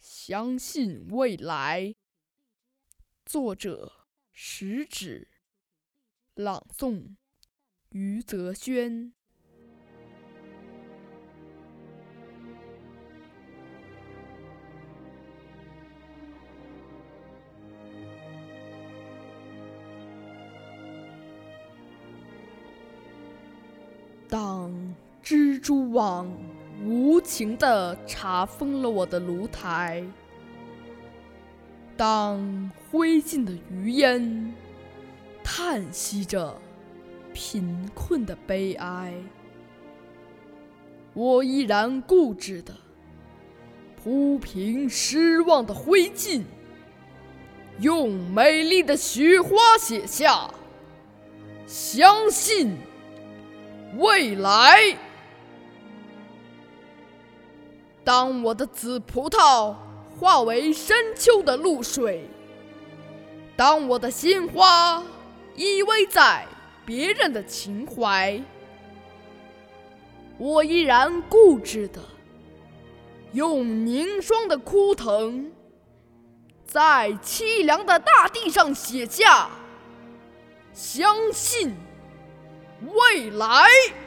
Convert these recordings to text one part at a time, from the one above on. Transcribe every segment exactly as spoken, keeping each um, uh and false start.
相信未来。作者：食指，朗诵：余则轩。当蜘蛛网无情地查封了我的炉台，当灰烬的余烟叹息着贫困的悲哀，我依然固执地铺平失望的灰烬，用美丽的雪花写下相信未来。当我的紫葡萄化为深秋的露水，当我的鲜花依偎在别人的情怀，我依然固执地用凝霜的枯藤，在凄凉的大地上写下相信未来。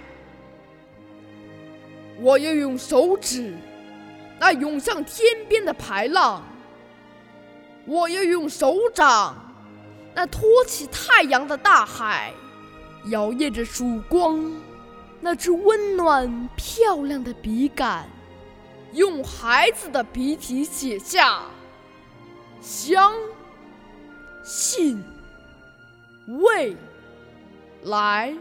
我要用手指那涌向天边的排浪，我要用手掌那托起太阳的大海，摇曳着曙光那只温暖漂亮的笔杆，用孩子的笔体写下相信未来。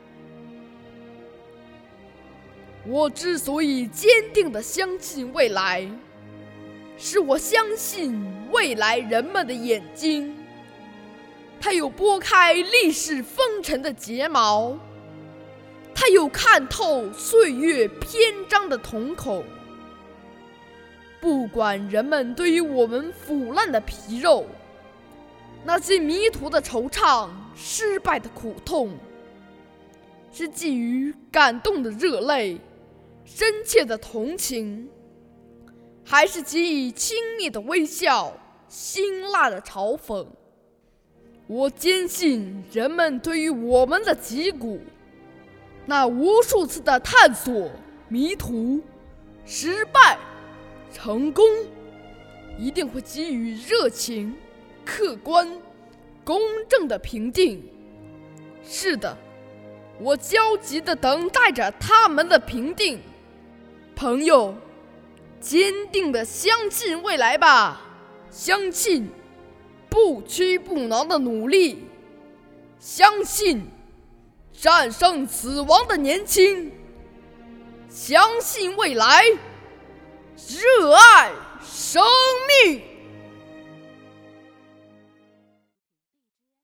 我之所以坚定地相信未来，是我相信未来人们的眼睛，它有拨开历史风尘的睫毛，它有看透岁月篇章的瞳孔。不管人们对于我们腐烂的皮肉，那些迷途的惆怅，失败的苦痛，是基于感动的热泪，深切的同情，还是给予轻蔑的微笑，辛辣的嘲讽，我坚信人们对于我们的脊骨，那无数次的探索、迷途、失败、成功，一定会给予热情、客观、公正的评定。是的，我焦急地等待着他们的评定。朋友，坚定地相信未来吧，相信不屈不挠的努力，相信战胜死亡的年轻，相信未来，热爱